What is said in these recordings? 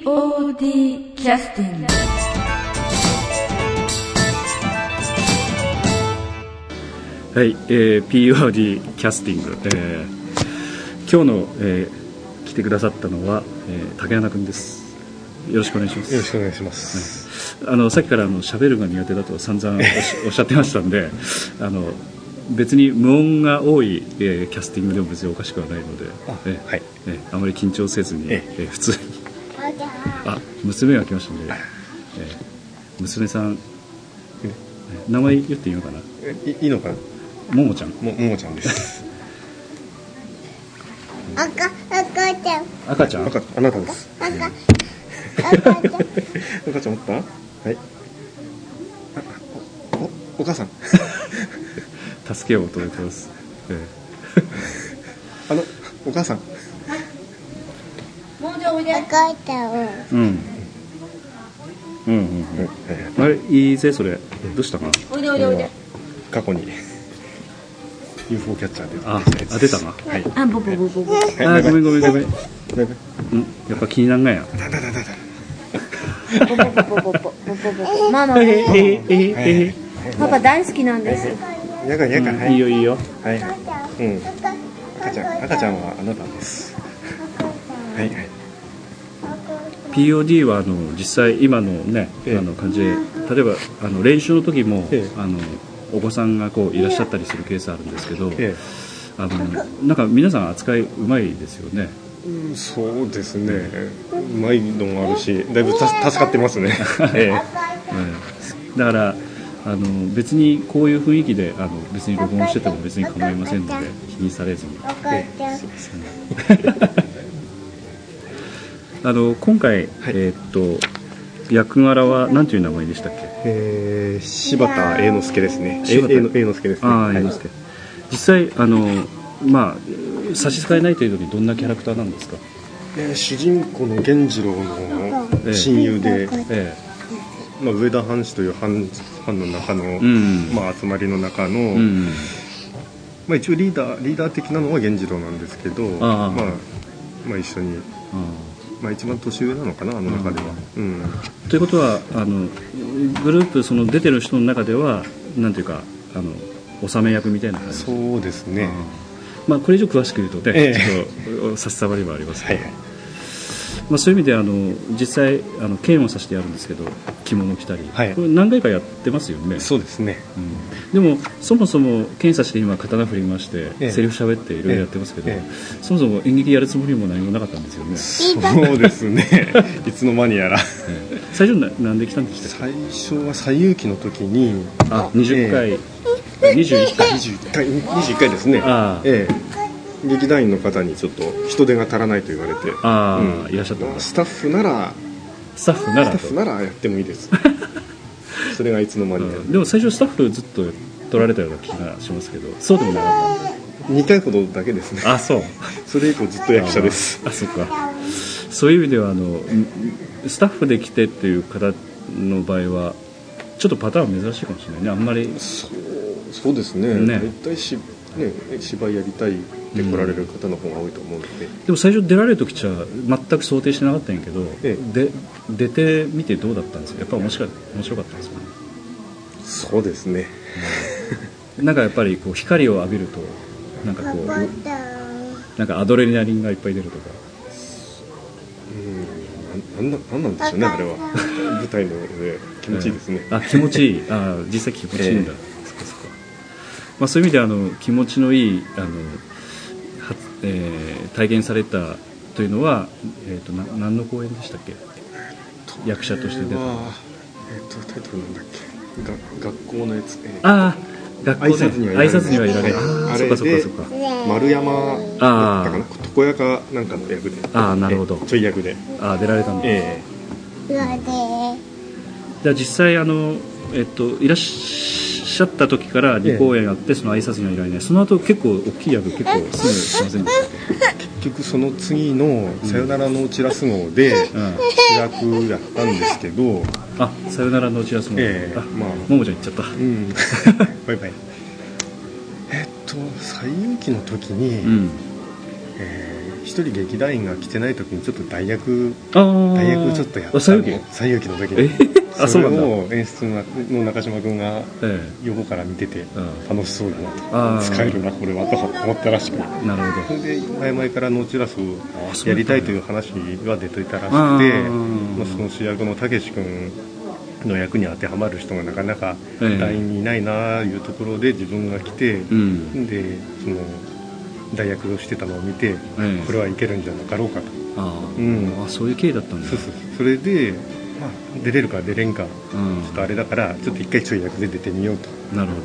POD キャスティング。 はい、POD キャスティング、今日の、来てくださったのは、竹穴くんです。よろしくお願いします。 よろしくお願いします。 はい、さっきから喋るが苦手だと散々おっしゃってましたんで別に無音が多い、キャスティングでも別におかしくはないので、 はい、 あまり緊張せずに、普通に娘が来ましたので、娘さん、名前言っていいのかな。 いいのかな。 ももちゃん。 ももちゃんです。 赤ちゃん。 あなたです。赤ちゃんおった。はい。お母さん。 助けを求めてます。 お母さん。 あれいいぜそれ。どうしたかな。 おいで。過去に UFO キャッチャーで出たな。 はい。 ごめん。やっぱ気になんがや。 ママパパ大好きなんです。 やかいいよ。 はい。赤ちゃんはあなたです。はい。 POD は実際今のね、感じで、例えば練習の時も、お子さんがこういらっしゃったりするケースあるんですけど、なんか皆さん扱いうまいですよね。 そうですね。うまいのもあるし、だいぶ助かってますね。 だから別にこういう雰囲気で別に録音してても別に構いませんので気にされずに。今回、役柄は何という名前でしたっけ。 柴田英之助ですね。英之助ですね。 英之助。実際差し支えない程度にどんなキャラクターなんですか。 主人公の源次郎の親友で、上田藩士という藩の中の、集まりの中の、一応リーダー的なのは源次郎なんですけど、一緒に。一番年上なのかな、中では。 ということはグループ出てる人の中ではなんていうか収め役みたいな感じ。 そうですね。 これ以上詳しく言うとね、ちょっと差し障りはありますけど、そういう意味で実際剣を刺してやるんですけど着物を着たり、これ何回かやってますよね。 そうですね。 でもそもそも剣刺して今刀振りまして、セリフ喋っていろいろやってますけど、そもそも演劇やるつもりも何もなかったんですよね。 そうですね。いつの間にやら。 最初なんで来たんでしたっけ。 最初は西遊記の時に 20回21 回ですね。劇団員の方にちょっと人手が足らないと言われて、 いらっしゃった。 スタッフならやってもいいです。それがいつの間に。 でも最初スタッフずっと取られたような気がしますけど、そうでもなかった。 2回ほどだけですね。 そう。 それ以降ずっと役者です。 そうか。そういう意味ではスタッフで来てっていう方の場合はちょっとパターン珍しいかもしれないね。あんまり。 そうですね。大体芝居やりたいって来られる方の方が多いと思うので。 でも最初出られる時じゃ全く想定してなかったんやけど、出てみてどうだったんですか。やっぱり面白かったですかね。 そうですね。 なんかやっぱりこう光を浴びるとなんかアドレナリンがいっぱい出るとか。 なんなんでしょうね、あれは。舞台の上で気持ちいいですね。 気持ちいい。実際気持ちいいんだ。そういう意味で気持ちのいい体現されたというのは、何の公演でしたっけ。役者として出た。 タイトルなんだっけ。学校のやつ。 学校で挨拶にはいられない。 あれで丸山だったかな、床屋かなんかの役で。 なるほど。 ちょい役で。 出られたんだ。じゃあ実際いらっしゃった時から2公演あって、その挨拶にはいられない。その後結構大きい役すぐしませんでしたっけ。 結局その次のさよならのうちらす号で主役やったんですけど。 さよならのうちらす号。ももちゃん行っちゃった。 バイバイ。西遊記の時に、 一人劇団員が来てない時にちょっと代役ちょっとやったの、西遊記の時にそれを演出の中島君が横から見てて楽しそうだなと、使えるなこれはと思ったらしく、 なるほど。 それで前々からノーチュラスをやりたいという話が出ていたらしくて、その主役のたけし君の役に当てはまる人がなかなか団員にいないないうところで自分が来て、でその代役をしてたのを見て、これはいけるんじゃなかろうかと。 そういう経緯だったんです。 それで、出れるか出れんか、ちょっとあれだからちょっと一回ちょい役で出てみようと。 なるほど。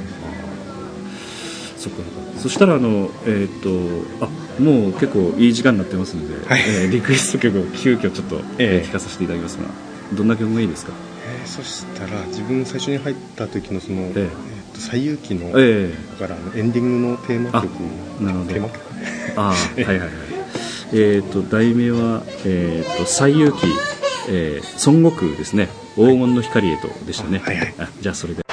そっか。そしたらもう結構いい時間になってますので、リクエスト曲を急遽ちょっと聴かさせていただきますが、どんな曲がいいですか？ そしたら自分最初に入った時のその西遊記のだからエンディングのテーマ曲、テーマ曲題名は西遊記孫悟空ですね。黄金の光へとでしたね。じゃあそれで。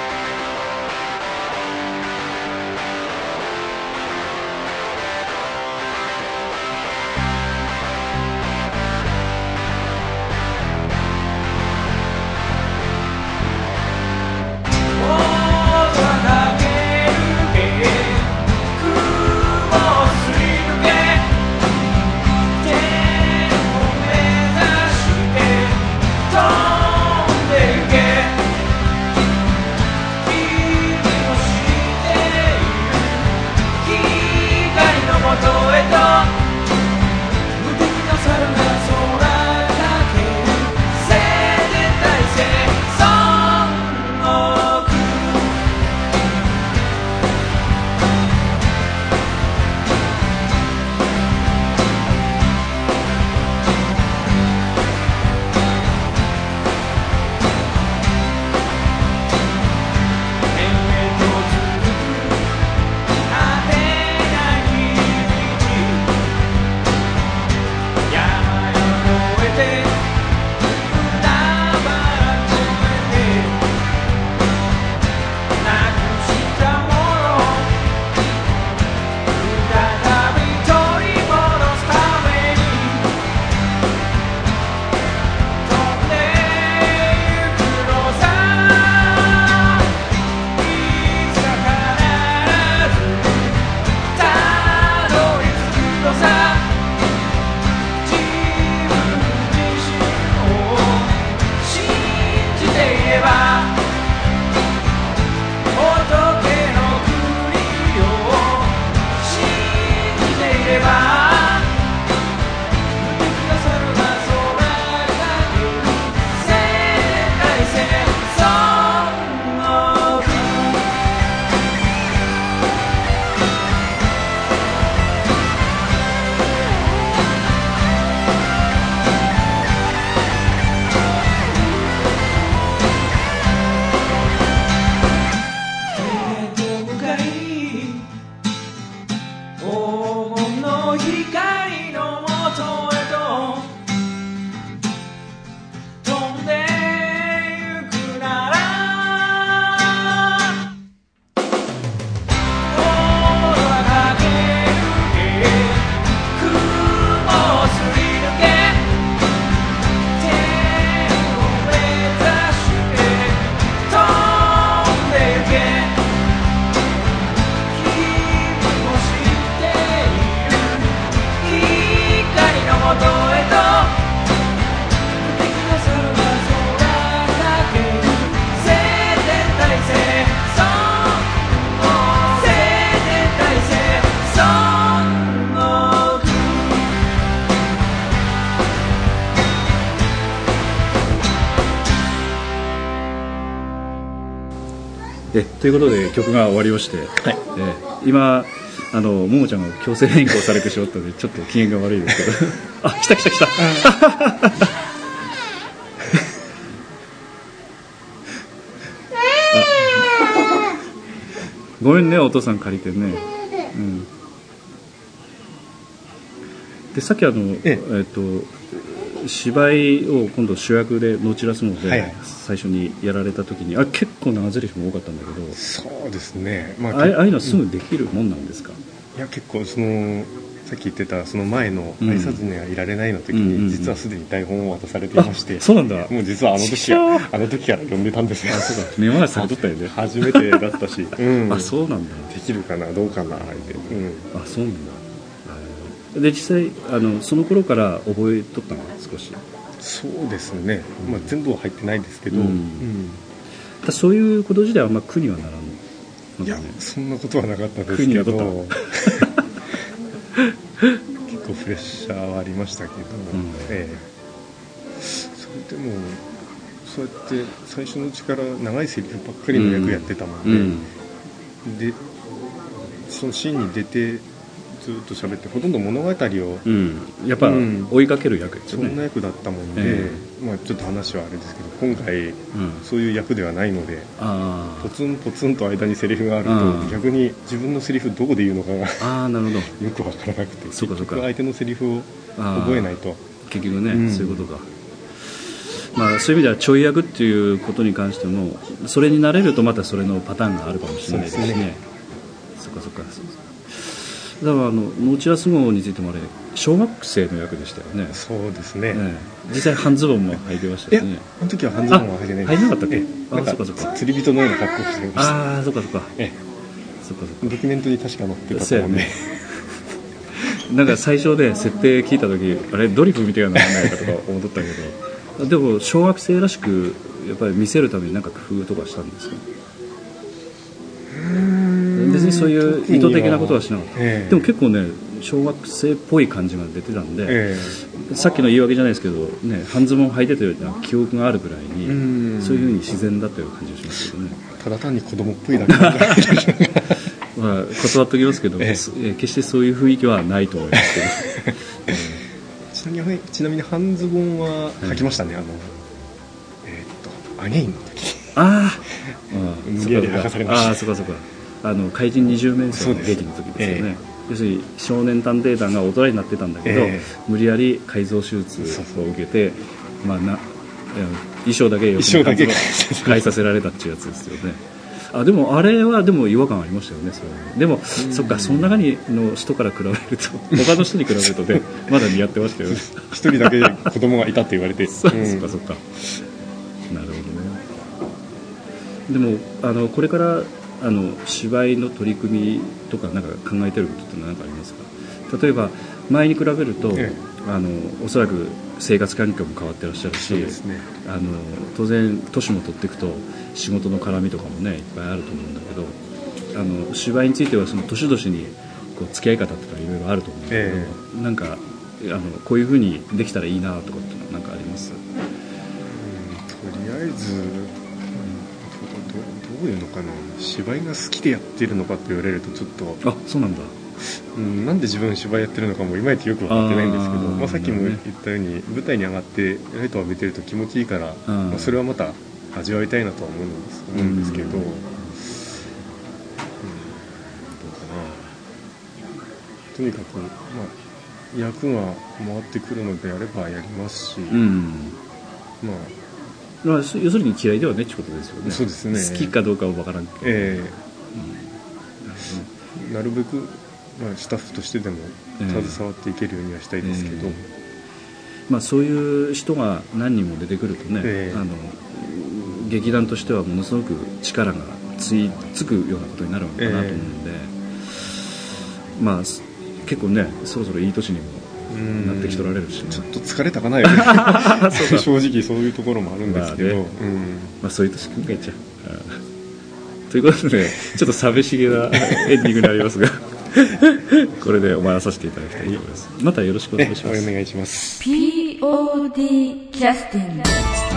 ということで曲が終わりまして、今ももちゃんが強制変更されてしまったのでちょっと機嫌が悪いですけど来たごめんね、お父さん借りてね、でさっき芝居を今度主役でノーチュラスので最初にやられた時に結構長台詞も多かったんだけど、 そうですね、 ああいうのはすぐできるもんなんですか？ いや結構そのさっき言ってたその前の愛さずにはいられないの時に、実はすでに台本を渡されていまして、 そうなんだ。 もう実はあの時から読んでたんですよ。 そうだ、根回しされとったよね。 初めてだったし、 あ、そうなんだ。 できるかなどうかなって、 あ、そうなんだ。で実際その頃から覚えとったの少し。 そうですね、全部は入ってないですけど、 そういうこと自体はあんま苦にはならんの。 いや、そんなことはなかったですけど結構プレッシャーはありましたけど、それでもそうやって最初のうちから長いセリフばっかりの役やってたもんで、でそのシーンに出てずっと喋ってほとんど物語を、 やっぱ追いかける役ですよね。 そんな役だったもんで、ちょっと話はあれですけど今回、そういう役ではないので、ポツンポツンと間にセリフがあると逆に自分のセリフどこで言うのかがなるほどよく分からなくて、 結局相手のセリフを覚えないと結局ね、そういうことか。そういう意味ではちょい役っていうことに関してもそれに慣れるとまたそれのパターンがあるかもしれないですね。そっか。だからノーチラス号についてもあれ小学生の役でしたよね。 そうですね、 実際半ズボンも履いてましたよね。 あの時は半ズボンは履いてないです。 履いてなかったっけ。 そっか釣り人のような格好をしてました。 そっかドキュメントに確か載ってたと思うんで、 なんか最初で設定聞いた時あれドリフみたいなのなんないかとか思っとったけどでも小学生らしくやっぱり見せるために何か工夫とかしたんですか。別にそういう意図的なことはしなかった、でも結構ね小学生っぽい感じが出てたんで、さっきの言い訳じゃないですけど、半ズボン履いてたような記憶があるぐらいにそういうふうに自然だという感じがしますけどね。 ただ単に子供っぽいだけなんだ断っておきますけど、決してそういう雰囲気はないと思いますけどちなみに半ズボンは履きましたね、アゲインの時無理やり履かされました。 そうか怪人20面相の劇の時ですよね。要するに少年探偵団が大人になってたんだけど、無理やり改造手術を受けて、衣装だけ変えさせられたっていうやつですよね。でもあれはでも違和感ありましたよね。それでもそっか、その中の人から比べると他の人に比べるとねまだ似合ってましたよね。 一人だけ子供がいたって言われてそっかなるほどね。でもこれから芝居の取り組みとかなんか考えてることって何かありますか。例えば前に比べると、おそらく生活環境も変わってらっしゃるし、当然年も取っていくと仕事の絡みとかもねいっぱいあると思うんだけど、芝居についてはその年々にこう付き合い方とかいろいろあると思うんだけど、なんかこういうふうにできたらいいなとかって何かあります？ とりあえずどういうのかな、芝居が好きでやってるのかって言われるとちょっとそうなんだ。 なんで自分芝居やってるのかもいまいちよく分かってないんですけど、さっきも言ったように舞台に上がってライトを浴びてると気持ちいいから、それはまた味わいたいなとは思うんですけど、どうかな、とにかく、役が回ってくるのであればやりますし、 要するに嫌いではねってことですよね。 そうですね。 好きかどうかは分からんけど、 なるべく、スタッフとしてでも携わっていけるようにはしたいですけど、 そういう人が何人も出てくるとね、劇団としてはものすごく力がつくようなことになるのかなと思うんで、結構ねそろそろいい年にもなってきとられるし、 ちょっと疲れたかなよ正直そういうところもあるんですけど、 そういう年考えちゃうということでちょっと寂しげなエンディングになりますがこれで終わらさせていただきたいと思います。またよろしくお願いします。 お願いします。 POD キャスティング